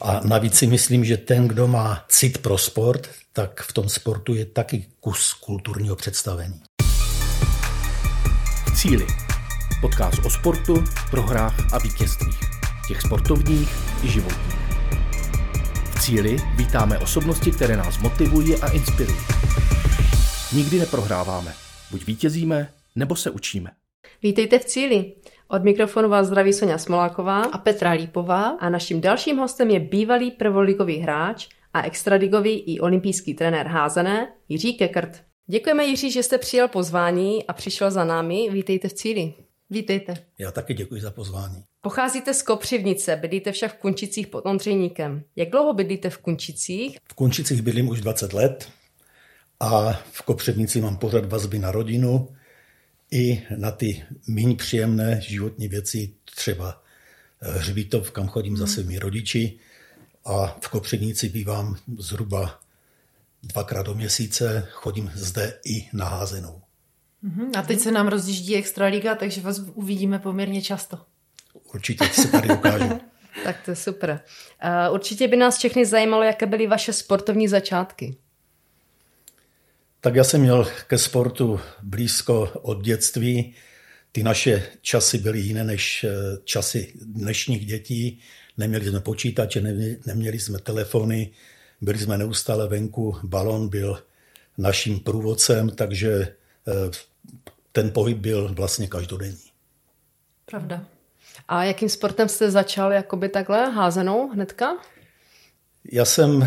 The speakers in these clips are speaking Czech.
A navíc si myslím, že ten, kdo má cit pro sport, tak v tom sportu je taky kus kulturního představení. V cíli. Podcast o sportu, prohrách a vítězstvích. Těch sportovních i životních. V cíli vítáme osobnosti, které nás motivují a inspirují. Nikdy neprohráváme. Buď vítězíme, nebo se učíme. Vítejte v cíli. Od mikrofonu vás zdraví Soňa Smoláková a Petra Lípová a naším dalším hostem je bývalý prvoligový hráč a extraligový i olympijský trenér házené Jiří Kekrt. Děkujeme, Jiří, že jste přijal pozvání a přišel za námi. Vítejte v cíli. Vítejte. Já taky děkuji za pozvání. Pocházíte z Kopřivnice, bydlíte však v Kunčicích pod Ondřejníkem. Jak dlouho bydlíte v Kunčicích? V Kunčicích bydlím už 20 let a v Kopřivnici mám pořád vazby na rodinu i na ty méně příjemné životní věci, třeba Hřbitov, kam chodím za svými rodiči, a v Kopřivnici bývám zhruba 2krát do měsíce, chodím zde i na házenou. A teď se nám rozjíždí extraliga, takže vás uvidíme poměrně často. Určitě se tady ukážu. Tak to je super. Určitě by nás všechny zajímalo, jaké byly vaše sportovní začátky. Tak já jsem měl ke sportu blízko od dětství. Ty naše časy byly jiné než časy dnešních dětí. Neměli jsme počítače, neměli jsme telefony, byli jsme neustále venku, balon byl naším průvodcem, takže ten pohyb byl vlastně každodenní. Pravda. A jakým sportem jste začal, jakoby takhle, házenou hnedka? Já jsem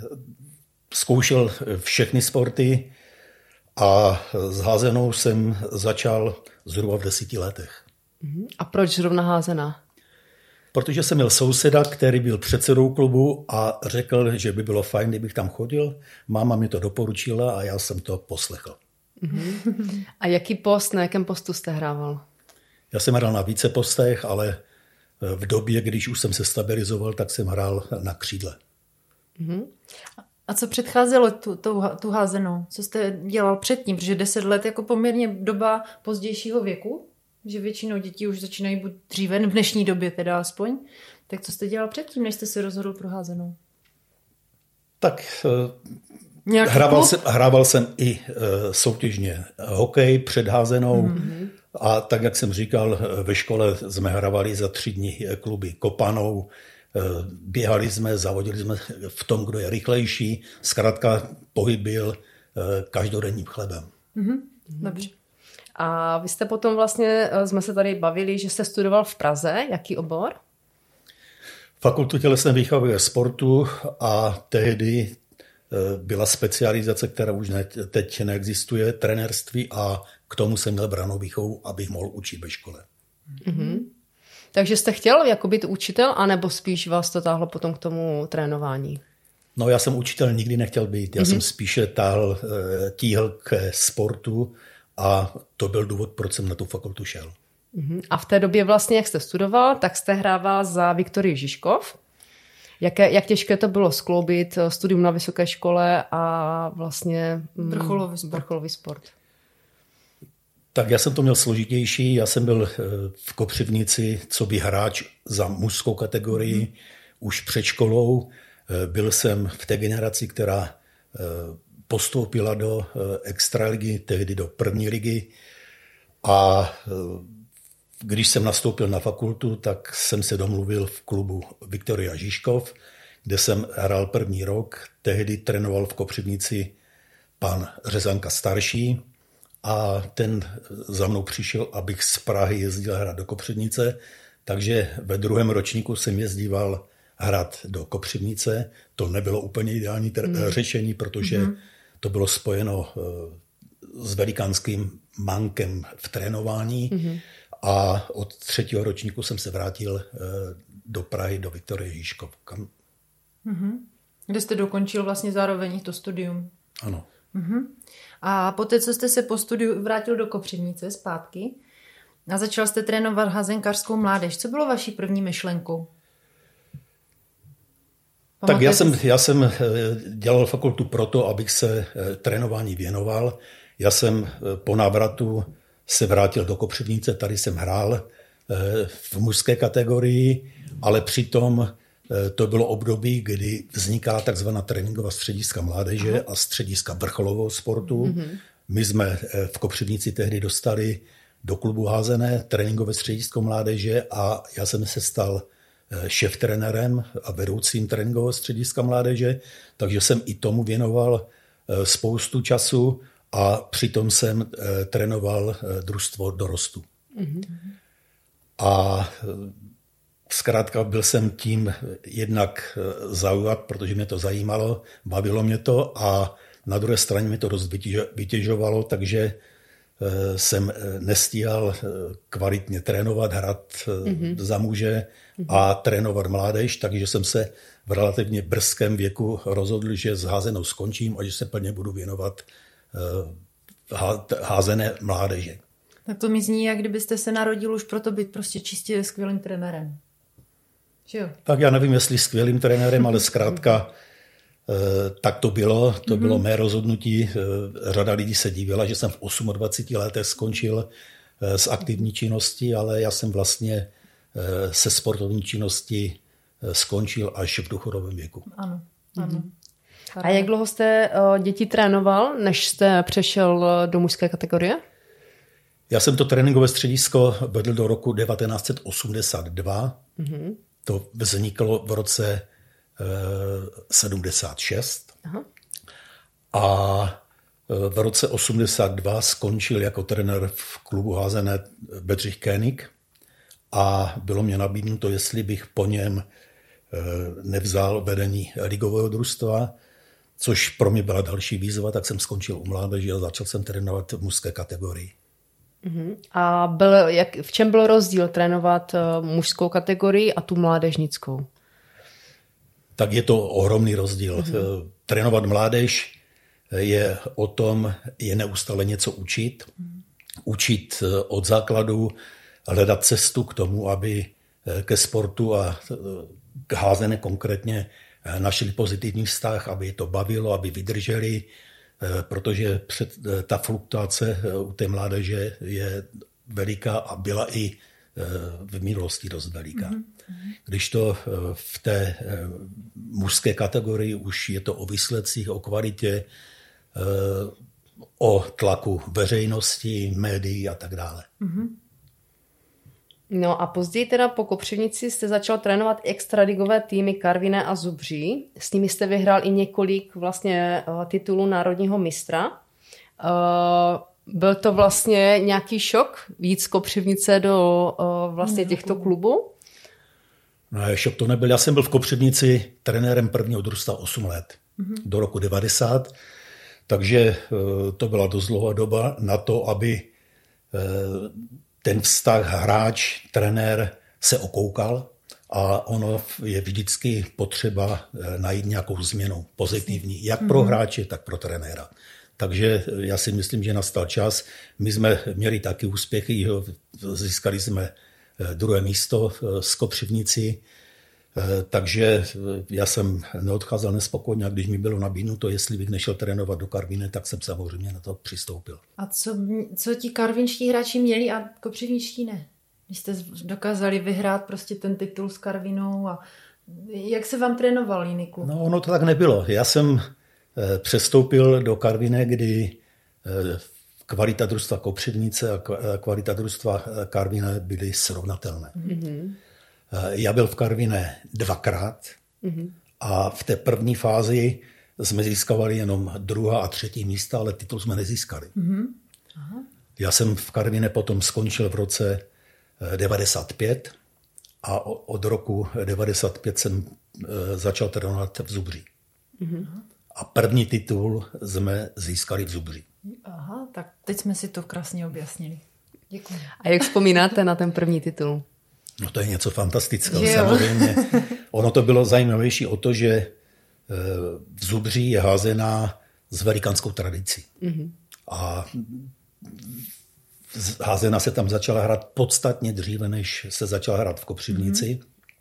zkoušel všechny sporty a s házenou jsem začal zhruba v 10 letech. A proč zrovna házená? Protože jsem měl souseda, který byl předsedou klubu a řekl, že by bylo fajn, kdybych tam chodil. Máma mi to doporučila a já jsem to poslechl. A jaký post, na jakém postu jste hrával? Já jsem hrál na více postech, ale v době, když už jsem se stabilizoval, tak jsem hrál na křídle. A co předcházelo tu házenou? Co jste dělal předtím? Protože 10 let jako poměrně doba pozdějšího věku, že většinou dětí už začínají buď dříve, v dnešní době teda aspoň. Tak co jste dělal předtím, než jste se rozhodl pro házenou? Tak hrával jsem i soutěžně hokej před házenou a tak, jak jsem říkal, ve škole jsme hravali za 3 dny kluby kopanou, běhali jsme, závodili jsme v tom, kdo je rychlejší, zkrátka pohyb byl každodenním chlebem. Dobře. A vy jste potom vlastně, jsme se tady bavili, že jste studoval v Praze. Jaký obor? Fakultu tělesné výchovy a sportu a tehdy byla specializace, která už teď neexistuje, trenérství, a k tomu jsem měl brannou výchovu, abych mohl učit ve škole. Takže jste chtěl jako být učitel, anebo spíš vás to táhlo potom k tomu trénování? No, já jsem učitel nikdy nechtěl být. Já jsem spíše tíhl k sportu a to byl důvod, proč jsem na tu fakultu šel. A v té době vlastně, jak jste studoval, tak jste hrával za Viktorii Žižkov. Jak těžké to bylo skloubit studium na vysoké škole a vlastně vrcholový sport? Tak já jsem to měl složitější. Já jsem byl v Kopřivnici coby hráč za mužskou kategorii už před školou. Byl jsem v té generaci, která postoupila do extraligy, tehdy do první ligy, a když jsem nastoupil na fakultu, tak jsem se domluvil v klubu Viktoria Žižkov, kde jsem hrál první rok. Tehdy trénoval v Kopřivnici pan Řezanka starší a ten za mnou přišel, abych z Prahy jezdil hrát do Kopřivnice, takže ve 2. ročníku jsem jezdíval hrát do Kopřivnice. To nebylo úplně ideální řešení, protože to bylo spojeno s velikánským mankem v trénování a od 3. ročníku jsem se vrátil do Prahy, do Viktorie Žižkov. Kde jste dokončil vlastně zároveň to studium. Ano. A poté, co jste se po studiu vrátil do Kopřivnice zpátky a začal jste trénovat házenkářskou mládež, co bylo vaší první myšlenkou? Tak já jsem dělal fakultu proto, abych se trénování věnoval. Já jsem po návratu se vrátil do Kopřivnice, tady jsem hrál v mužské kategorii, ale přitom to bylo období, kdy vzniká takzvaná tréninková střediska mládeže a střediska vrcholového sportu. My jsme v Kopřivnici tehdy dostali do klubu házené tréninkové středisko mládeže a já jsem se stal šéftrenérem a vedoucím tréninkového střediska mládeže, takže jsem i tomu věnoval spoustu času a přitom jsem trénoval družstvo dorostu. A zkrátka byl jsem tím jednak zaujat, protože mě to zajímalo, bavilo mě to a na druhé straně mě to dost vytěžovalo, takže jsem nestíhal kvalitně trénovat, hrát za muže a trénovat mládež, takže jsem se v relativně brzkém věku rozhodl, že s házenou skončím a že se plně budu věnovat házené mládeže. Tak to mi zní, jak kdybyste se narodil už proto být prostě čistě skvělým trenérem. Že jo? Tak já nevím, jestli skvělým trenérem, ale zkrátka tak to bylo. To bylo mé rozhodnutí. Řada lidí se divila, že jsem v 28 letech skončil s aktivní činností, ale já jsem vlastně se sportovní činností skončil až v důchodovém věku. Ano. A jak dlouho jste děti trénoval, než jste přešel do mužské kategorie? Já jsem to tréninkové středisko vedl do roku 1982. To vzniklo v roce 76. A v roce 82 skončil jako trenér v klubu házené Bedřich Kénik a bylo mě nabídnuto, jestli bych po něm nevzal vedení ligového družstva, což pro mě byla další výzva, tak jsem skončil u mládeže a začal jsem trénovat v mužské kategorii. A v čem byl rozdíl trénovat mužskou kategorii a tu mládežnickou? Tak je to ohromný rozdíl. Trénovat mládež je o tom, je neustále něco učit. Učit od základu, hledat cestu k tomu, aby ke sportu a k házené konkrétně našli pozitivní vztah, aby je to bavilo, aby vydrželi, protože ta fluktuace u té mládeže je veliká a byla i v minulosti dost veliká. Když to v té mužské kategorii už je to o výsledcích, o kvalitě, o tlaku veřejnosti, médií a tak dále. No a později teda po Kopřivnici jste začal trénovat extraligové týmy Karviné a Zubří. S nimi jste vyhrál i několik vlastně titulů národního mistra. Byl to vlastně nějaký šok víc z Kopřivnice do vlastně těchto klubů? No, šok to nebyl. Já jsem byl v Kopřivnici trenérem prvního družstva 8 let. Do roku 90. Takže to byla dost dlouhá doba na to, aby ten vztah hráč, trenér se okoukal a ono je vždycky potřeba najít nějakou změnu pozitivní, jak pro hráče, tak pro trenéra. Takže já si myslím, že nastal čas. My jsme měli taky úspěchy, získali jsme 2. místo z Kopřivnici, takže já jsem neodcházel nespokojně a když mi bylo nabídnuto, jestli bych nešel trénovat do Karviné, tak jsem samozřejmě na to přistoupil. A co ti karvinští hráči měli a kopřivničtí ne? Když jste dokázali vyhrát prostě ten titul s Karvinou a jak se vám trénoval, Jiniku? No, ono to tak nebylo. Já jsem přestoupil do Karviné, kdy kvalita družstva Kopřivnice a kvalita družstva Karviné byly srovnatelné. Já byl v Karviné 2krát a v té první fázi jsme získali jenom 2. a 3. místa, ale titul jsme nezískali. Já jsem v Karviné potom skončil v roce 95 a od roku 95 jsem začal trénovat v Zubří. A první titul jsme získali v Zubří. Aha, tak teď jsme si to krásně objasnili. Děkuji. A jak vzpomínáte na ten první titul? No to je něco fantastického, samozřejmě. Ono to bylo zajímavější o to, že v Zubří je házená s velikánskou tradicí. A házená se tam začala hrát podstatně dříve, než se začala hrát v Kopřivnici.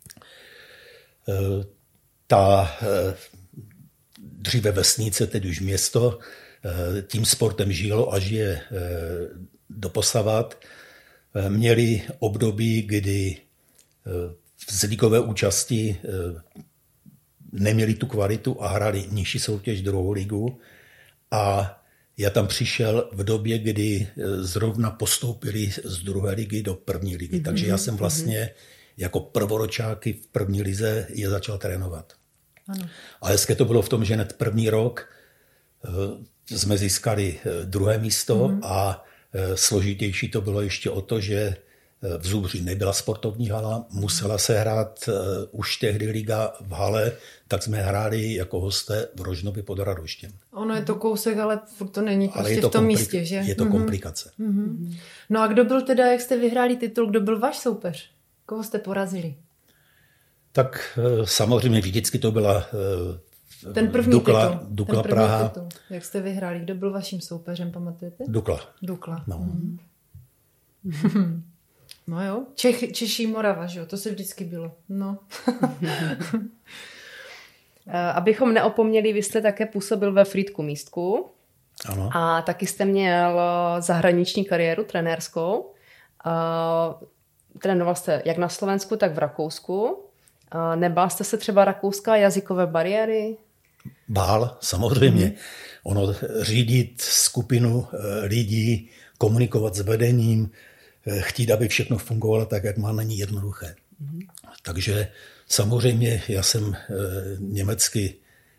Ta dříve vesnice, teď už město, tím sportem žilo a žije doposavat. Měli období, kdy z ligové účasti neměli tu kvalitu a hráli nižší soutěž, druhou ligu. A já tam přišel v době, kdy zrovna postoupili z druhé ligy do první ligy. Takže já jsem vlastně jako prvoročáky v první lize je začal trénovat. Ano. A hezké to bylo v tom, že hned první rok jsme získali druhé místo a složitější to bylo ještě o to, že v Zubří nebyla sportovní hala, musela se hrát už tehdy liga v hale, tak jsme hráli jako hosté v Rožnově pod Radoštěm. Ono je to kousek, ale furt to není prostě v tom místě, že? Je to komplikace. No a kdo byl teda, jak jste vyhráli titul, kdo byl váš soupeř? Koho jste porazili? Tak samozřejmě vždycky to byla ten první Dukla Praha. Titul. Jak jste vyhráli? Kdo byl vaším soupeřem, pamatujete? Dukla. No. No jo, Češí, Morava, že jo, to se vždycky bylo. No. Abychom neopomněli, vy jste také působil ve Frýdku Místku. Ano. A taky jste měl zahraniční kariéru trenérskou. Trénoval jste jak na Slovensku, tak v Rakousku. Nebál jste se třeba rakouská jazykové bariéry? Bál, samozřejmě. Ono řídit skupinu lidí, komunikovat s vedením, chtít, aby všechno fungovalo tak, jak má, není jednoduché. Takže samozřejmě já jsem německy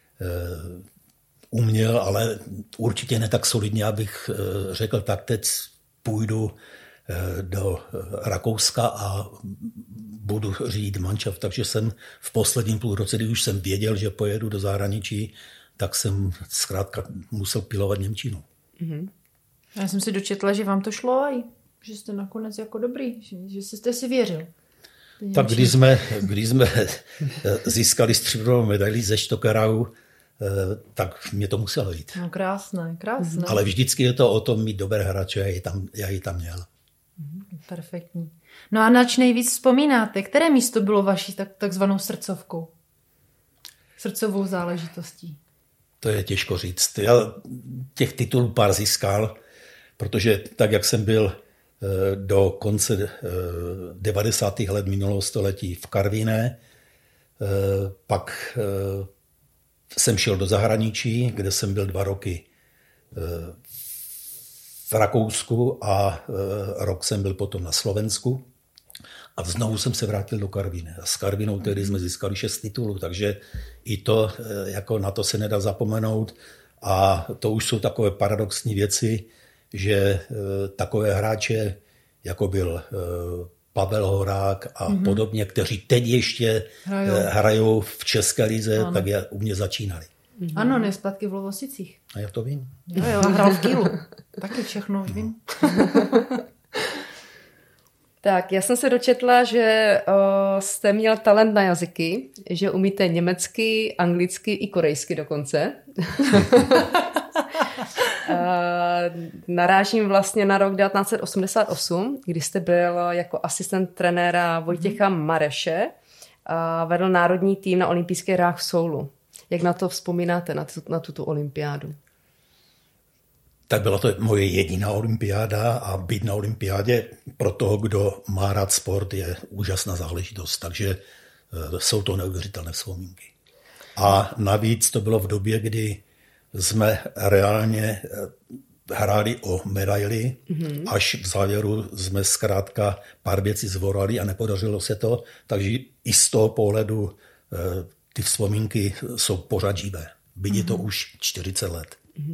uměl, ale určitě ne tak solidně, abych řekl, tak teď půjdu do Rakouska a budu řídit manšaft. Takže jsem v posledním půlroce, kdy už jsem věděl, že pojedu do zahraničí, tak jsem zkrátka musel pilovat němčinu. Já jsem si dočetla, že vám to šlo a že jste nakonec jako dobrý, že jste si věřil. Tak když jsme získali stříbrnou medaili ze Stockerau, tak mě to muselo jít. No krásné. Ale vždycky je to o tom mít dobré hráče, já ji tam měl. Perfektní. No a nač nejvíc vzpomínáte? Které místo bylo vaší takzvanou srdcovkou? Srdcovou záležitostí? To je těžko říct. Já těch titulů pár získal, protože tak, jak jsem byl do konce 90. let minulého století v Karviné, pak jsem šel do zahraničí, kde jsem byl 2 roky v Rakousku a rok jsem byl potom na Slovensku a znovu jsem se vrátil do Karviné. A s Karvinou tehdy jsme získali 6 titulů, takže i to, jako na to se nedá zapomenout a to už jsou takové paradoxní věci, že takové hráče, jako byl Pavel Horák a podobně, kteří teď ještě hrajou v České lize, tak u mě začínali. Ano, nesplatky v Lovosicích. A já to vím. Jo, a hrál v Kielu. Taky všechno už vím. Tak, já jsem se dočetla, že jste měl talent na jazyky, že umíte německy, anglicky i korejsky dokonce. Narážím vlastně na rok 1988, kdy jste byl jako asistent trenéra Vojtěcha Mareše a vedl národní tým na olympijských hrách v Soulu. Jak na to vzpomínáte, na tuto olympiádu? Tak byla to moje jediná olympiáda a být na olympiádě pro toho, kdo má rád sport, je úžasná záležitost. Takže jsou to neuvěřitelné vzpomínky. A navíc to bylo v době, kdy jsme reálně hráli o medaily, až v závěru jsme zkrátka pár věcí zvorali a nepodařilo se to, takže i z toho pohledu ty vzpomínky jsou pořád živé. Byť je to už 40 let.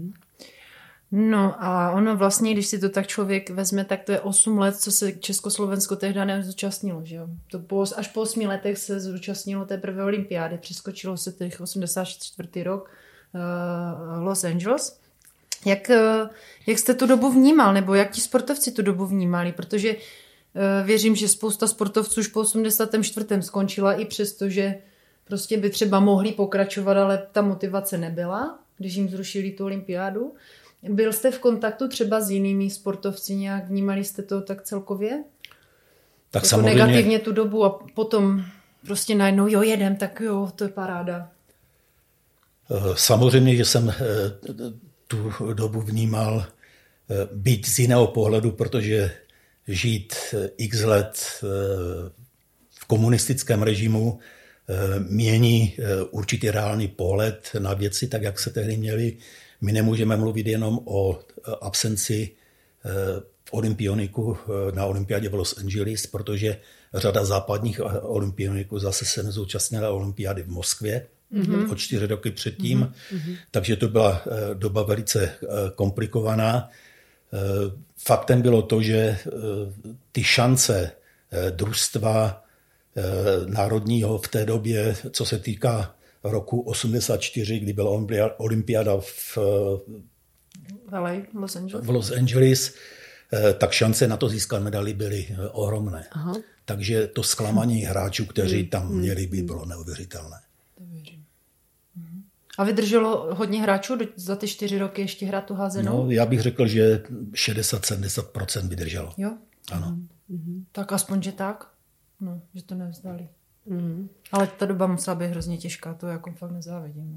No a ono vlastně, když si to tak člověk vezme, tak to je 8 let, co se Československo tehdy nezúčastnilo, že jo? Až po 8 letech se zúčastnilo té prvé olympiády, přeskočilo se těch 84. rok Los Angeles. Jak jste tu dobu vnímal, nebo jak ti sportovci tu dobu vnímali? Protože věřím, že spousta sportovců už po 84. skončila i přesto, že prostě by třeba mohli pokračovat, ale ta motivace nebyla, když jim zrušili tu olympiádu. Byl jste v kontaktu třeba s jinými sportovci nějak? Vnímali jste to tak celkově? Tak jako samozřejmě negativně tu dobu a potom prostě najednou jedem, tak jo, to je paráda. Samozřejmě, že jsem tu dobu vnímal byť z jiného pohledu, protože žít x let v komunistickém režimu mění určitý reálný pohled na věci, tak jak se tehdy měly. My nemůžeme mluvit jenom o absenci olympioniků na olympiádě v Los Angeles, protože řada západních olympioniků zase se nezúčastnila olympiády v Moskvě o 4 roky předtím, takže to byla doba velice komplikovaná. Faktem bylo to, že ty šance družstva národního v té době, co se týká roku 84, kdy byla olympiáda v Los Angeles, tak šance na to získat medaily byly ohromné. Aha. Takže to zklamání hráčů, kteří tam měli, by bylo neuvěřitelné. A vydrželo hodně hráčů za ty 4 roky ještě hrát tu házenou? No, já bych řekl, že 60-70% vydrželo. Jo? Ano. Tak aspoň, že tak? No, že to nevzdali. Ale ta doba musela být hrozně těžká, to jako fakt nezávidím. No.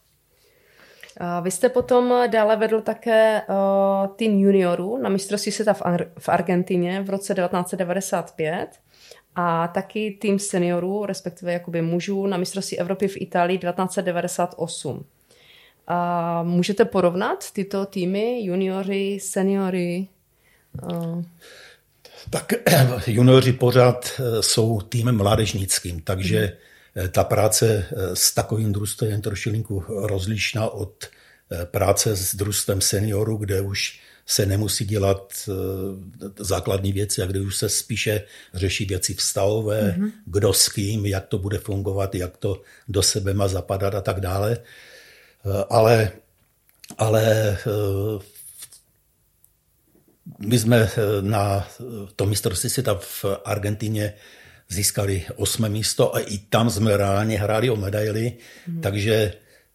Vy jste potom dále vedl také tým juniorů na mistrovství světa v Argentině v roce 1995 a taky tým seniorů, respektive jakoby mužů na mistrovství Evropy v Itálii 1998. Můžete porovnat tyto týmy, juniory, seniory? Tak junioři pořád jsou týmem mládežnickým, takže ta práce s takovým družstvem je trošilinku rozlišná od práce s družstvem seniorů, kde už se nemusí dělat základní věci a kde už se spíše řeší věci vztahové, kdo s kým, jak to bude fungovat, jak to do sebe má zapadat a tak dále. Ale my jsme na to mistrovství světa v Argentině získali 8. místo a i tam jsme reálně hráli o medaily, takže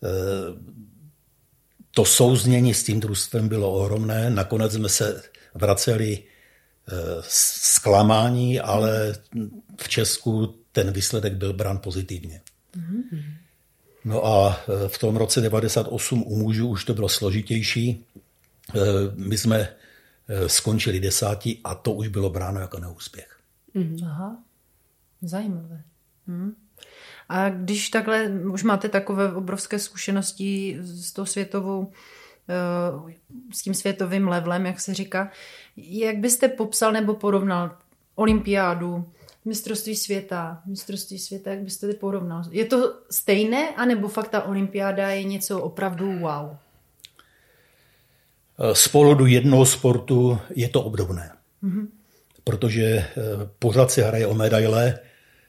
to souznění s tím družstvem bylo ohromné. Nakonec jsme se vraceli zklamání, ale v Česku ten výsledek byl brán pozitivně. No a v tom roce 98 u mužů už to bylo složitější. My jsme skončili 10. a to už bylo bráno jako neúspěch. Aha, zajímavé. A když takhle už máte takové obrovské zkušenosti s tou světovou, s tím světovým levelem, jak se říká, jak byste popsal nebo porovnal olympiádu, mistrovství světa, jak byste to porovnal? Je to stejné, anebo fakt ta olympiáda je něco opravdu wow? Z pohledu jednoho sportu je to obdobné. Protože pořád se hraje o medaile,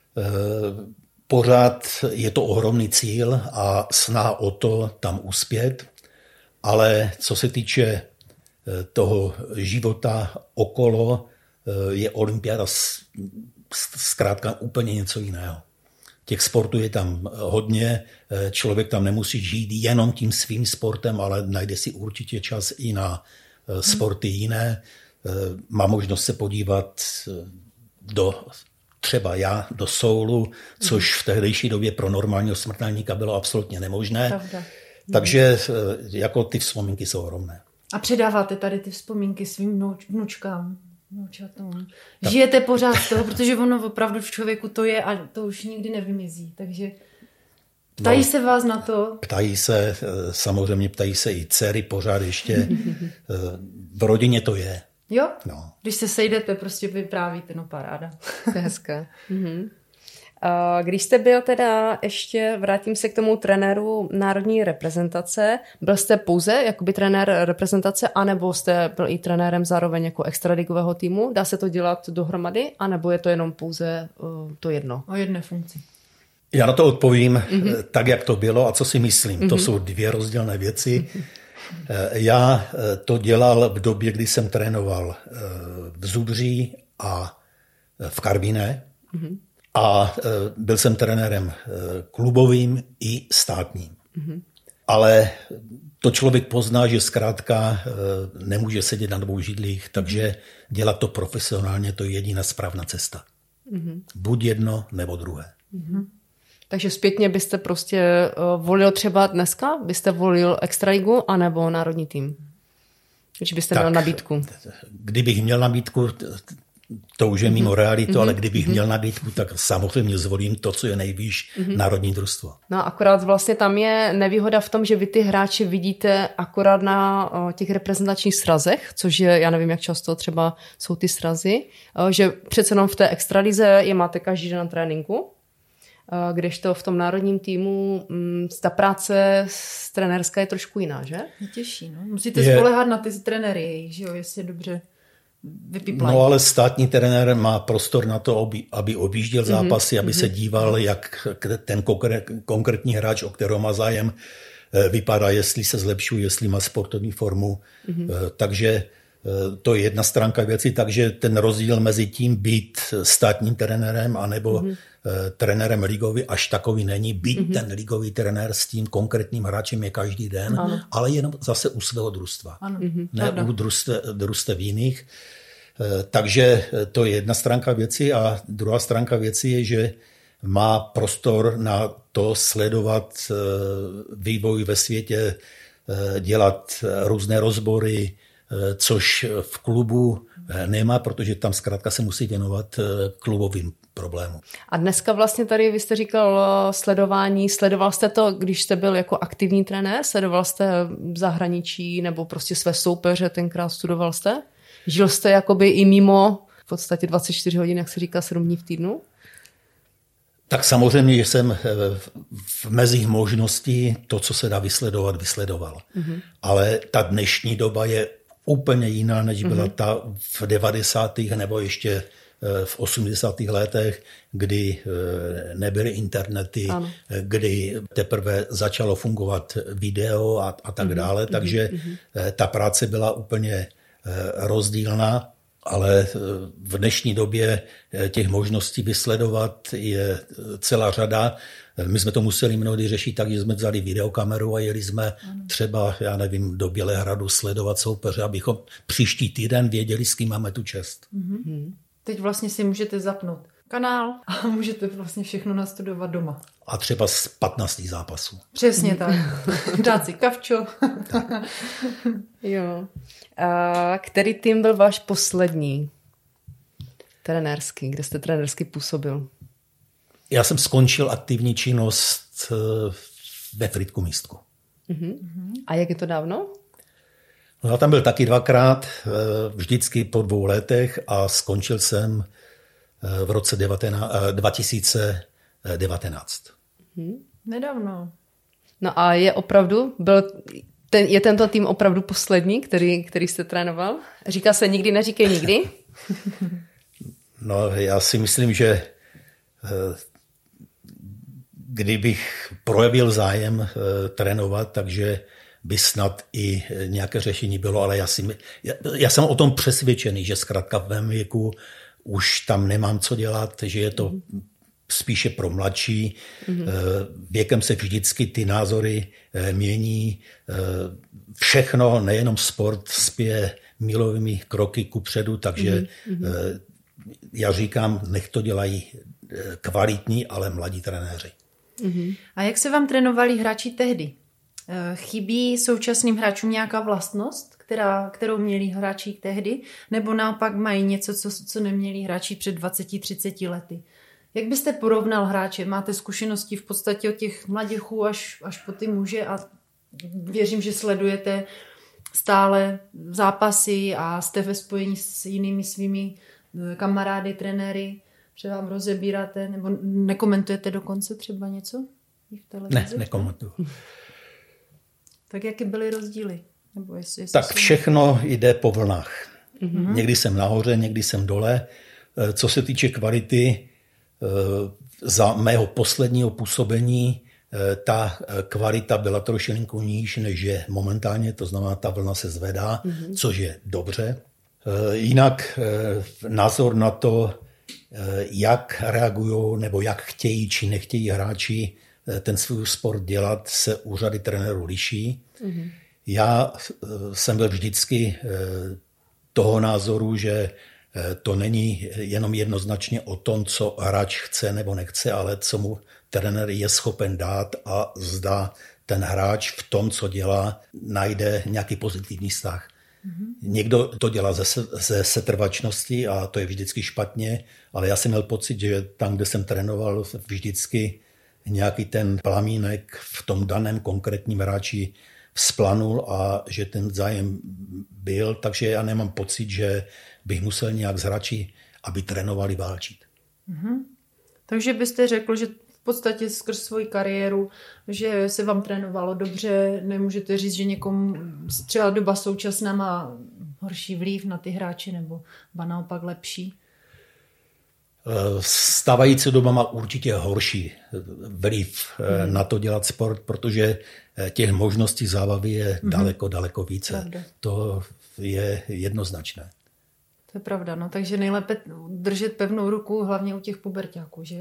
pořád je to ohromný cíl a snaha o to tam uspět, ale co se týče toho života okolo, je olympiáda zkrátka úplně něco jiného. Těch sportů je tam hodně, člověk tam nemusí žít jenom tím svým sportem, ale najde si určitě čas i na sporty jiné. Má možnost se podívat třeba do soulu, což v tehdejší době pro normálního smrtelníka bylo absolutně nemožné. Pravda. Takže jako ty vzpomínky jsou ohromné. A předáváte tady ty vzpomínky svým vnučkám? Žijete pořád z toho, protože ono opravdu v člověku to je a to už nikdy nevymizí. Takže ptají se vás na to? Ptají se, samozřejmě ptají se i dcery pořád ještě. V rodině to je. Jo? No. Když se sejdete, prostě vyprávíte, no paráda. To je hezké. Když jste byl teda, ještě vrátím se k tomu trenéru národní reprezentace, byl jste pouze jakoby trenér reprezentace, anebo jste byl i trenérem zároveň jako extraligového týmu? Dá se to dělat dohromady, anebo je to jenom pouze to jedno? O jedné funkci. Já na to odpovím tak, jak to bylo a co si myslím. To jsou 2 rozdílné věci. Já to dělal v době, kdy jsem trénoval v Zubří a v Karviné. A byl jsem trenérem klubovým i státním. Ale to člověk pozná, že zkrátka nemůže sedět na 2 židlích, takže dělat to profesionálně, to je jediná správná cesta. Buď jedno, nebo druhé. Takže zpětně byste prostě volil třeba dneska? Byste volil extraligu anebo národní tým? Když byste měl nabídku? Kdybych měl nabídku, to už je mimo realitu, ale kdybych měl nabídku, tak samozřejmě zvolím to, co je nejvýš národní družstvo. No akorát vlastně tam je nevýhoda v tom, že vy ty hráče vidíte akorát na těch reprezentačních srazech, což je, já nevím, jak často třeba jsou ty srazy, že přece jenom v té extralize je máte každý den na tréninku, kdežto v tom národním týmu ta práce trenérská je trošku jiná, že? Je těžší, no. Musíte spoléhat na ty trenéry, že jo, jestli dobře vypiplají. No ale státní trenér má prostor na to, aby objížděl zápasy, aby se díval, jak ten konkrétní hráč, o kterého má zájem, vypadá, jestli se zlepšuje, jestli má sportovní formu. Takže to je jedna stránka věci, takže ten rozdíl mezi tím být státním trenérem anebo trenérem ligový až takový není. Být ten ligový trenér s tím konkrétním hráčem je každý den, ale jenom zase u svého družstva. Ne u družstev jiných. Takže to je jedna stránka věci a druhá stránka věci je, že má prostor na to sledovat vývoj ve světě, dělat různé rozbory, což v klubu nemá, protože tam zkrátka se musí věnovat klubovým problémům. A dneska vlastně tady, vy jste říkal sledování, sledoval jste to, když jste byl jako aktivní trenér? Sledoval jste v zahraničí nebo prostě své soupeře, tenkrát studoval jste? Žil jste jakoby i mimo v podstatě 24 hodin, jak se říká, 7 dní v týdnu? Tak samozřejmě, že jsem v mezích možností to, co se dá vysledoval. Ale ta dnešní doba je úplně jiná, než byla ta v 90. nebo ještě v 80. letech, kdy nebyly internety, kdy teprve začalo fungovat video a tak dále. Takže ta práce byla úplně rozdílná, ale v dnešní době těch možností vysledovat je celá řada. My jsme to museli mnohdy řešit tak, že jsme vzali videokameru a jeli jsme třeba, já nevím, do Bělehradu sledovat soupeře, abychom příští týden věděli, s kým máme tu čest. Teď vlastně si můžete zapnout kanál a můžete vlastně všechno nastudovat doma. A třeba z 15 zápasů. Přesně tak. Dát si kavčo. Jo. A který tým byl váš poslední trenérský, kde jste trenérsky působil? Já jsem skončil aktivní činnost ve Frýdku Místku. A jak je to dávno? No, já tam byl taky 2krát, vždycky po 2 letech a skončil jsem v roce 2019. Nedávno. No a je opravdu, je tento tým opravdu poslední, který jste trénoval? Říká se nikdy, neříkej nikdy? No, já si myslím, že kdybych projevil zájem trénovat, takže by snad i nějaké řešení bylo, ale já jsem o tom přesvědčený, že zkrátka v mém věku už tam nemám co dělat, že je to spíše pro mladší. Věkem se vždycky ty názory mění. Všechno, nejenom sport, spěje milovými kroky kupředu, takže já říkám, nech to dělají kvalitní, ale mladí trenéři. A jak se vám trénovali hráči tehdy? Chybí současným hráčům nějaká vlastnost, kterou měli hráči tehdy, nebo naopak mají něco, co neměli hráči před 20-30 lety? Jak byste porovnal hráče? Máte zkušenosti v podstatě od těch mladěchů až po ty muže a věřím, že sledujete stále zápasy a jste ve spojení s jinými svými kamarády, trenéry, třeba vám rozebíráte, nebo nekomentujete dokonce třeba něco v televizi? Ne, nekomentuju. Tak jaké byly rozdíly? Nebo jestli tak všechno jde po vlnách. Někdy jsem nahoře, někdy jsem dole. Co se týče kvality, za mého posledního působení ta kvalita byla trošilinku níž, než je momentálně, to znamená, ta vlna se zvedá, což je dobře. Jinak názor na to, jak reagují nebo jak chtějí či nechtějí hráči ten svůj sport dělat, se u řady trenérů liší. Já jsem byl vždycky toho názoru, že to není jenom jednoznačně o tom, co hráč chce nebo nechce, ale co mu trenér je schopen dát a zda ten hráč v tom, co dělá, najde nějaký pozitivní vztah. Někdo to dělá ze setrvačnosti a to je vždycky špatně, ale já jsem měl pocit, že tam, kde jsem trénoval, vždycky nějaký ten plamínek v tom daném konkrétním hráči vzplanul a že ten zájem byl, takže já nemám pocit, že bych musel nějak s hráči, aby trénovali, válčit. Takže byste řekl, že v podstatě skrz svoji kariéru, že se vám trénovalo dobře, nemůžete říct, že někomu třeba doba současná má horší vliv na ty hráče nebo naopak lepší? Stávající doba má určitě horší vliv na to dělat sport, protože těch možností zábavy je daleko více. Pravda. To je jednoznačné. To je pravda, no, takže nejlépe držet pevnou ruku, hlavně u těch puberťáků, že?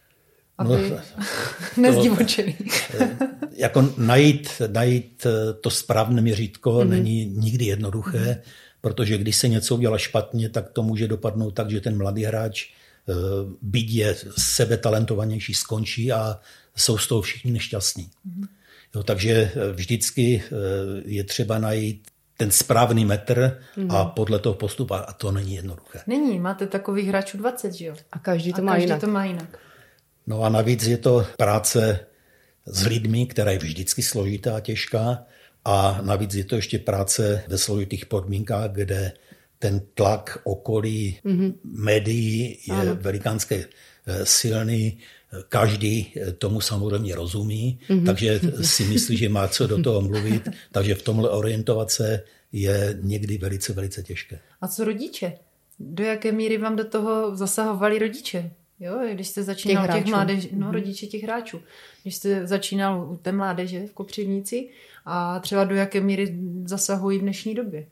Aby nezdivočili. Jako najít to správné měřítko není nikdy jednoduché, protože když se něco udělá špatně, tak to může dopadnout tak, že ten mladý hráč, byť je sebetalentovanější, skončí a jsou z toho všichni nešťastní. Jo, takže vždycky je třeba najít ten správný metr a podle toho postupovat. A to není jednoduché. Není, máte takových hráčů 20, že jo? A každý to má jinak. No a navíc je to práce s lidmi, která je vždycky složitá a těžká. A navíc je to ještě práce ve složitých podmínkách, kde ten tlak okolí médií je velikánské silný. Každý tomu samozřejmě rozumí, takže si myslí, že má co do toho mluvit, takže v tomhle orientovat se je někdy velice těžké. A co rodiče? Do jaké míry vám do toho zasahovali rodiče? Jo, když jste začínal těch mládež, rodiče těch hráčů. Když jste začínal u té mládeže v Kopřivnici a třeba do jaké míry zasahují v dnešní době?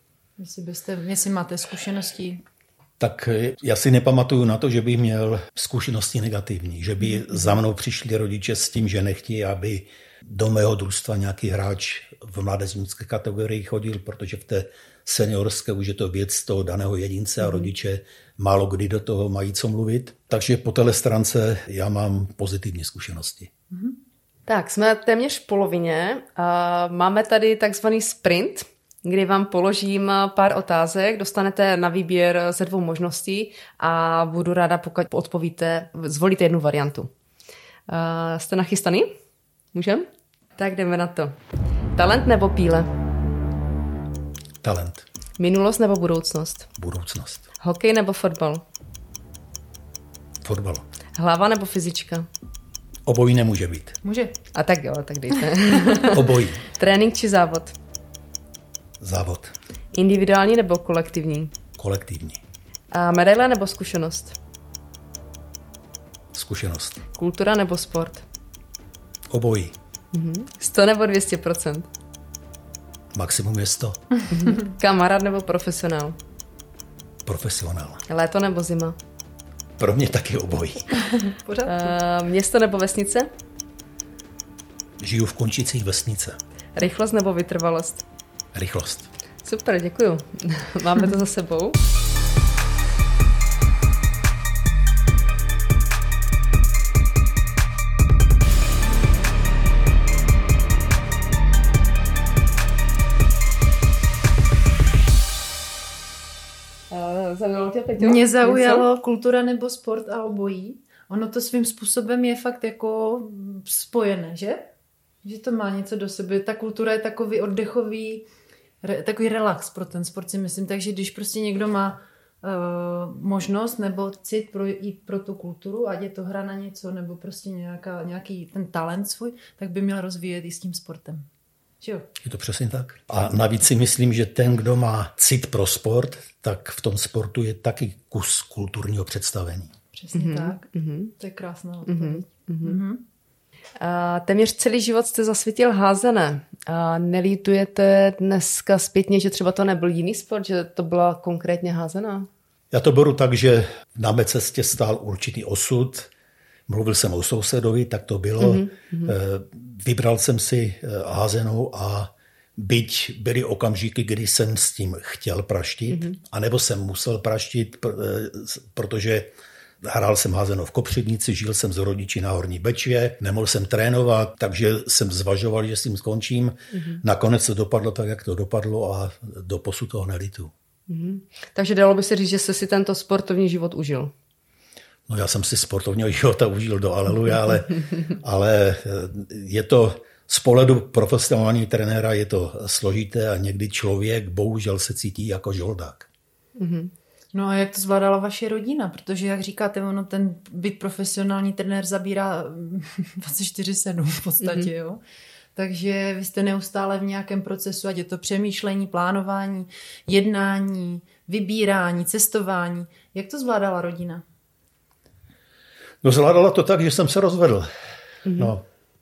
Jestli máte zkušenosti? Tak já si nepamatuju na to, že bych měl zkušenosti negativní, že by za mnou přišli rodiče s tím, že nechtějí, aby do mého družstva nějaký hráč v mládežnické kategorii chodil, protože v té seniorské už je to věc toho daného jedince a rodiče málo kdy do toho mají co mluvit. Takže po téhle stránce já mám pozitivní zkušenosti. Tak, jsme téměř v polovině. Máme tady takzvaný sprint, kdy vám položím pár otázek, dostanete na výběr ze 2 možností a budu ráda, pokud odpovíte, zvolíte jednu variantu. Jste nachystaný? Můžem? Tak jdeme na to. Talent nebo píle? Talent. Minulost nebo budoucnost? Budoucnost. Hokej nebo fotbal? Fotbal. Hlava nebo fyzička? Obojí nemůže být. Může. A tak jo, tak dejte. Obojí. Trénink či závod? Závod. Individuální nebo kolektivní? Kolektivní. A medaile nebo zkušenost? Zkušenost. Kultura nebo sport? Obojí. 100 nebo 200%? Maximum je 100. Kamarád nebo profesionál? Profesionál. Léto nebo zima? Pro mě taky obojí. Město nebo vesnice? Žiju v končících vesnice. Rychlost nebo vytrvalost? Rychlost. Super, děkuju. Máme to za sebou. Mě zaujalo kultura nebo sport a obojí. Ono to svým způsobem je fakt jako spojené, že? Že to má něco do sebe. Ta kultura je takový oddechový, takový relax pro ten sport, si myslím. Takže když prostě někdo má možnost nebo cit jít pro tu kulturu, ať je to hra na něco nebo prostě nějaký ten talent svůj, tak by měl rozvíjet i s tím sportem. Jo. Je to přesně tak. A navíc si myslím, že ten, kdo má cit pro sport, tak v tom sportu je taky kus kulturního představení. Přesně tak. To je krásná odpověď. Téměř celý život jste zasvětil házené. Nelítujete dneska zpětně, že třeba to nebyl jiný sport, že to byla konkrétně házená? Já to beru tak, že na mé cestě stál určitý osud. Mluvil jsem o sousedovi, tak to bylo. Vybral jsem si házenou a byť byly okamžiky, kdy jsem s tím chtěl praštit, anebo jsem musel praštit, protože Hrál jsem házenou v Kopřivnici, žil jsem s rodiči na Horní Bečvě, nemohl jsem trénovat, takže jsem zvažoval, že s tím skončím. Nakonec to dopadlo tak, jak to dopadlo a doposud toho nelitu. Takže dalo by se říct, že jste si tento sportovní život užil? No já jsem si sportovního života užil do aleluja, ale je to z pohledu profesionální trenéra je to složité a někdy člověk bohužel se cítí jako žoldák. No a jak to zvládala vaše rodina? Protože, jak říkáte, ono ten být profesionální trenér zabírá 24/7 v podstatě, jo? Takže vy jste neustále v nějakém procesu, ať je to přemýšlení, plánování, jednání, vybírání, cestování. Jak to zvládala rodina? No zvládala to tak, že jsem se rozvedl. No.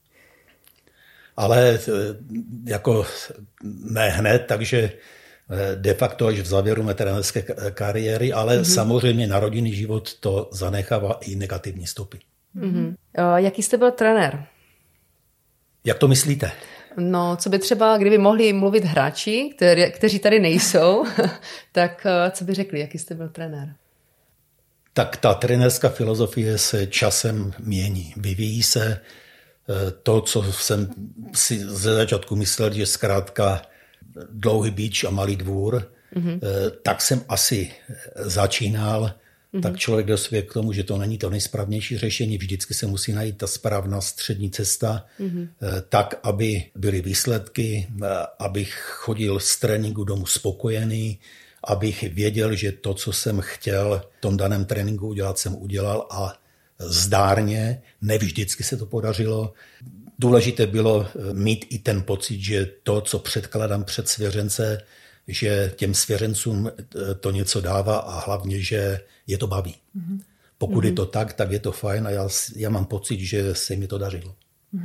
Ale jako ne hned, takže de facto až v závěru mé trenérské kariéry, ale samozřejmě na rodinný život to zanechává i negativní stopy. Jaký jste byl trenér? Jak to myslíte? No, co by třeba, kdyby mohli mluvit hráči, kteří tady nejsou, tak co by řekli, jaký jste byl trenér? Tak ta trenérská filozofie se časem mění. Vyvíjí se to, co jsem si ze začátku myslel, že zkrátka dlouhý bič a malý dvůr, tak jsem asi začínal, tak člověk dospěje k tomu, že to není to nejsprávnější řešení, vždycky se musí najít ta správná střední cesta, tak, aby byly výsledky, abych chodil z tréninku domů spokojený, abych věděl, že to, co jsem chtěl v tom daném tréninku udělat, jsem udělal a zdárně, ne vždycky se to podařilo. Důležité bylo mít i ten pocit, že to, co předkládám před svěřence, že těm svěřencům to něco dává a hlavně, že je to baví. Pokud je to tak je to fajn a já mám pocit, že se mi to dařilo.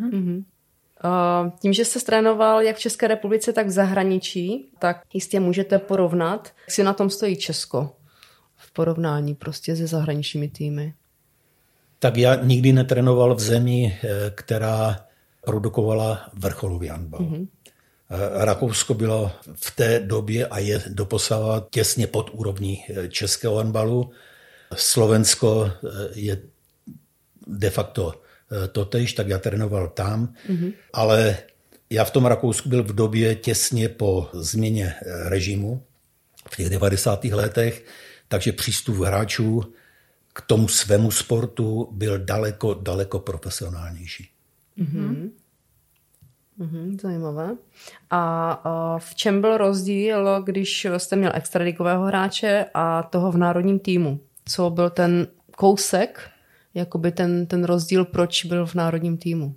Tím, že jste trénoval jak v České republice, tak v zahraničí, tak jistě můžete porovnat, jak si na tom stojí Česko v porovnání prostě se zahraničními týmy. Tak já nikdy netrénoval v zemi, která produkovala vrcholový handbal. Rakousko bylo v té době a je doposavad těsně pod úrovní českého handbalu. Slovensko je de facto totéž, tak já trénoval tam, ale já v tom Rakousku byl v době těsně po změně režimu v těch 90. letech, takže přístup hráčů k tomu svému sportu byl daleko profesionálnější. Zajímavé. A v čem byl rozdíl, když jste měl extraligového hráče a toho v národním týmu? Co byl ten kousek, jakoby ten rozdíl, proč byl v národním týmu?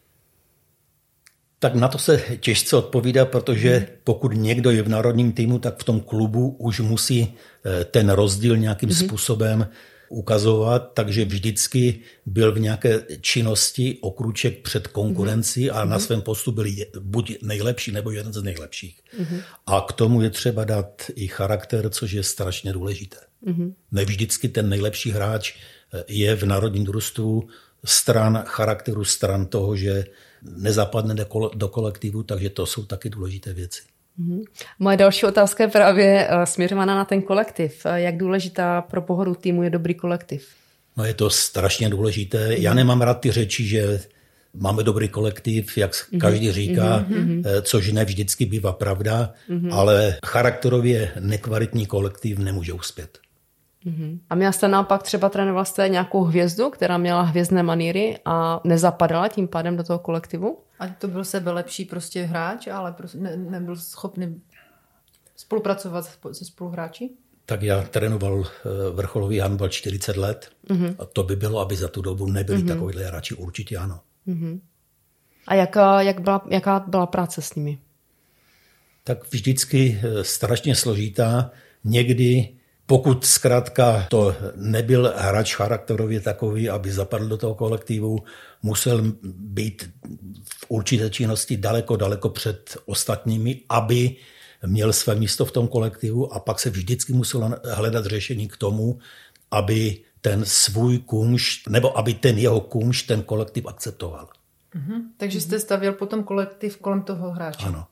Tak na to se těžce odpovídá, protože pokud někdo je v národním týmu, tak v tom klubu už musí ten rozdíl nějakým způsobem ukazovat, takže vždycky byl v nějaké činnosti o krůček před konkurencí a na svém postu byl buď nejlepší, nebo jeden z nejlepších. A k tomu je třeba dát i charakter, což je strašně důležité. Ne vždycky ten nejlepší hráč je v národním družstvu stran charakteru, stran toho, že nezapadne do kolektivu, takže to jsou taky důležité věci. Moje další otázka je právě směřovaná na ten kolektiv. Jak důležitá pro pohodu týmu je dobrý kolektiv? No je to strašně důležité. Já nemám rád ty řeči, že máme dobrý kolektiv, jak každý říká, což ne vždycky bývá pravda, ale charakterově nekvalitní kolektiv nemůže uspět. A měl jste naopak třeba trénoval jste nějakou hvězdu, která měla hvězdné maníry a nezapadala tím pádem do toho kolektivu? Ať to byl sebelepší prostě hráč, ale prostě nebyl schopný spolupracovat se spoluhráči? Tak já trénoval vrcholový handbal 40 let a to by bylo, aby za tu dobu nebyli takovýhle hráči, určitě ano. A jaká byla práce s nimi? Tak vždycky strašně složitá. Někdy, pokud zkrátka to nebyl hráč charakterově takový, aby zapadl do toho kolektivu, musel být v určité činnosti daleko před ostatními, aby měl své místo v tom kolektivu a pak se vždycky musel hledat řešení k tomu, aby ten svůj kumšt, nebo aby ten jeho kumšt, ten kolektiv akceptoval. Takže jste stavěl potom kolektiv kolem toho hráče. Ano.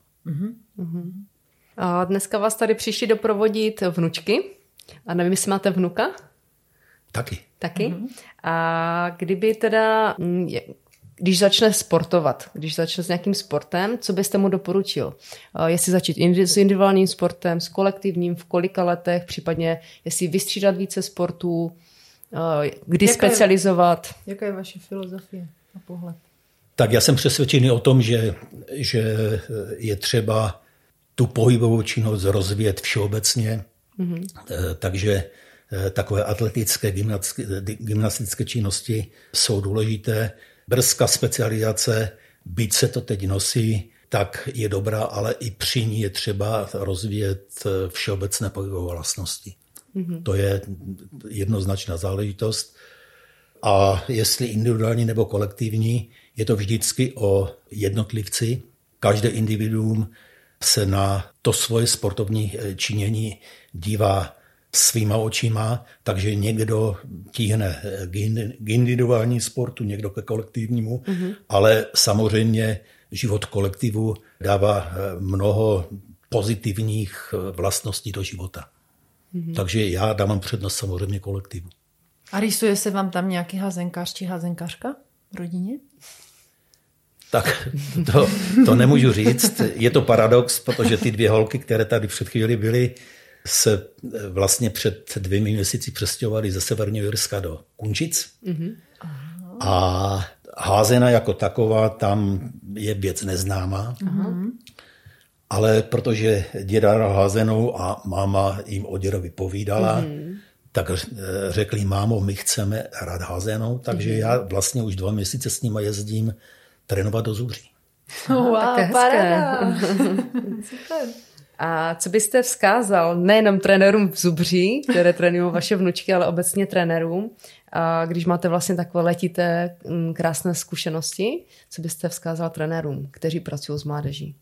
A dneska vás tady přišli doprovodit vnučky. A nevím, jestli máte vnuka? Taky. A kdyby teda, když začne sportovat, když začne s nějakým sportem, co byste mu doporučil? Jestli začít s individuálním sportem, s kolektivním, v kolika letech, případně jestli vystřídat více sportů, kdy specializovat? Jaká je vaše filozofie a pohled? Tak já jsem přesvědčený o tom, že je třeba tu pohybovou činnost rozvíjet všeobecně, takže takové atletické, gymnastické činnosti jsou důležité. Brzká specializace, byť se to teď nosí, tak je dobrá, ale i při ní je třeba rozvíjet všeobecné pohybové vlastnosti. To je jednoznačná záležitost. A jestli individuální nebo kolektivní, je to vždycky o jednotlivci. Každé individuum se na to svoje sportovní činění dívá svýma očima, takže někdo tíhne k individuální sportu, někdo ke kolektivnímu, ale samozřejmě život kolektivu dává mnoho pozitivních vlastností do života. Takže já dávám přednost samozřejmě kolektivu. A rýsuje se vám tam nějaký házenkář či házenkářka v rodině? Tak to nemůžu říct. Je to paradox, protože ty dvě holky, které tady před chvíli byly, se vlastně před 2 měsíci přestěhovaly ze Severního Irska do Kunčic. A házena jako taková tam je věc neznámá. Ale protože děda hrál házenou a máma jim o dědovi povídala, tak řekli, mámo, my chceme hrát házenou, takže já vlastně už 2 měsíce s nima jezdím trénovat do Zubří. Wow, paráda. Super. A co byste vzkázal nejenom trenérům v Zubří, které trénují vaše vnučky, ale obecně trenérům, a když máte vlastně takové letité krásné zkušenosti, co byste vzkázal trenérům, kteří pracují s mládeží?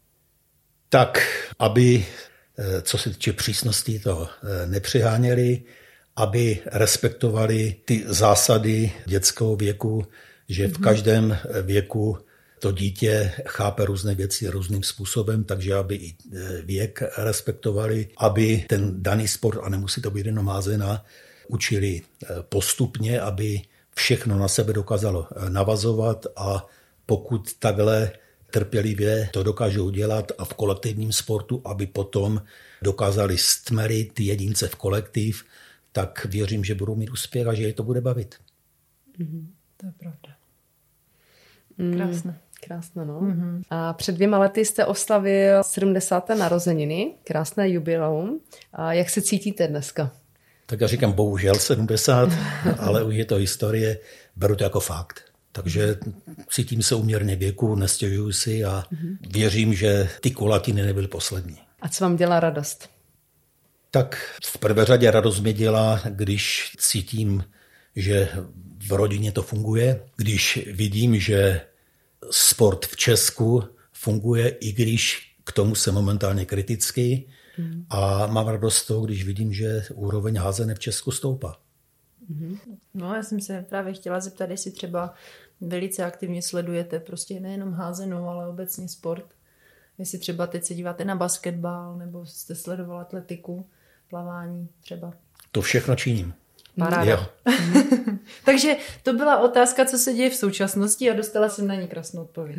Tak, aby, co se týče přísnosti, to nepřeháněli, aby respektovali ty zásady dětského věku, že v každém věku to dítě chápe různé věci různým způsobem, takže aby i věk respektovali, aby ten daný sport, a nemusí to být jenom házena, učili postupně, aby všechno na sebe dokázalo navazovat, a pokud takhle trpělivě to dokážou dělat a v kolektivním sportu, aby potom dokázali stmelit jedince v kolektiv, tak věřím, že budou mít úspěch a že je to bude bavit. To je pravda. Krásné. Krásné, no. A před 2 lety jste oslavil 70. narozeniny, krásné jubileum. A jak se cítíte dneska? Tak já říkám, bohužel 70, ale už je to historie, beru to jako fakt. Takže cítím se uměrně věku, nestěžuju si a věřím, že ty kulatiny nebyly poslední. A co vám dělá radost? Tak v prvé řadě radost mě dělá, když cítím, že v rodině to funguje, když vidím, že sport v Česku funguje, i když k tomu jsem momentálně kritický, a mám radost z toho, když vidím, že úroveň házené v Česku stoupá. No, já jsem se právě chtěla zeptat, jestli třeba velice aktivně sledujete prostě nejenom házenou, ale obecně sport. Jestli třeba teď se díváte na basketbal, nebo jste sledoval atletiku, plavání třeba. To všechno činím. Paráda. Jo. Takže to byla otázka, co se děje v současnosti, a dostala jsem na ní krásnou odpověď.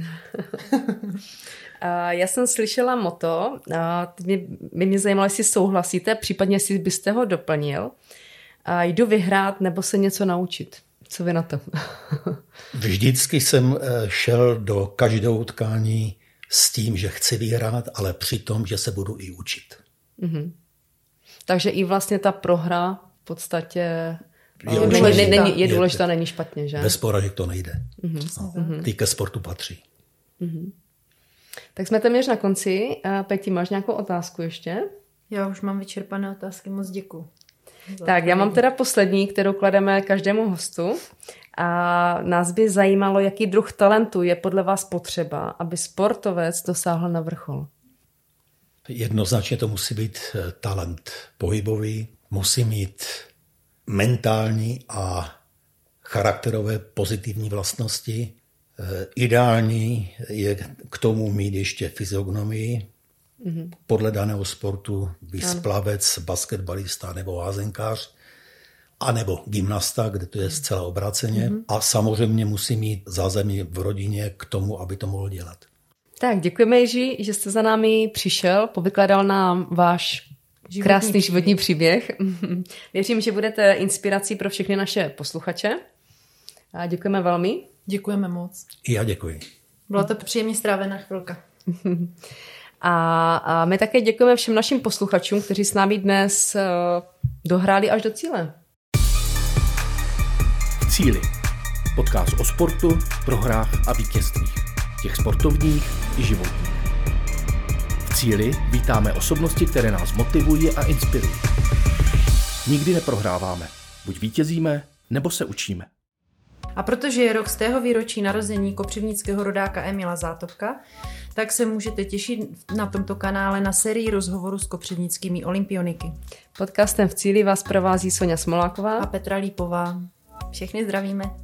Já jsem slyšela motto, mě zajímalo, jestli souhlasíte, případně jestli byste ho doplnil. Jdu vyhrát nebo se něco naučit. Co vy na to? Vždycky jsem šel do každého utkání s tím, že chci vyhrát, ale přitom, že se budu i učit. Takže i vlastně ta prohra v podstatě je důležitá, není špatně, že? Bez porážek to nejde. Ty ke sportu patří. Tak jsme téměř na konci. Peti, máš nějakou otázku ještě? Já už mám vyčerpané otázky, moc děkuju. Tak já mám teda poslední, kterou klademe každému hostu. A nás by zajímalo, jaký druh talentu je podle vás potřeba, aby sportovec dosáhl na vrchol. Jednoznačně to musí být talent pohybový, musí mít mentální a charakterové pozitivní vlastnosti. Ideální je k tomu mít ještě fyziognomii. Podle daného sportu, plavec, basketbalista nebo házenkář. anebo gymnasta, kde to je zcela obráceně. A samozřejmě musí mít zázemí v rodině k tomu, aby to mohl dělat. Tak, děkujeme, Jiří, že jste za námi přišel, povykládal nám váš krásný životní příběh. Věřím, že budete inspirací pro všechny naše posluchače. A děkujeme velmi. Děkujeme moc. I já děkuji. Byla to příjemně strávená chvilka. A my také děkujeme všem našim posluchačům, kteří s námi dnes dohráli až do cíle. V cíli. Podcast o sportu, prohrách a vítězstvích. Těch sportovních i životních. V cíli vítáme osobnosti, které nás motivují a inspirují. Nikdy neprohráváme. Buď vítězíme, nebo se učíme. A protože je rok z tého výročí narození kopřivnického rodáka Emila Zátopka, tak se můžete těšit na tomto kanále na sérii rozhovorů s kopřivnickými olympioniky. Podcastem V cíli vás provází Soňa Smoláková a Petra Lípová. Všechny zdravíme.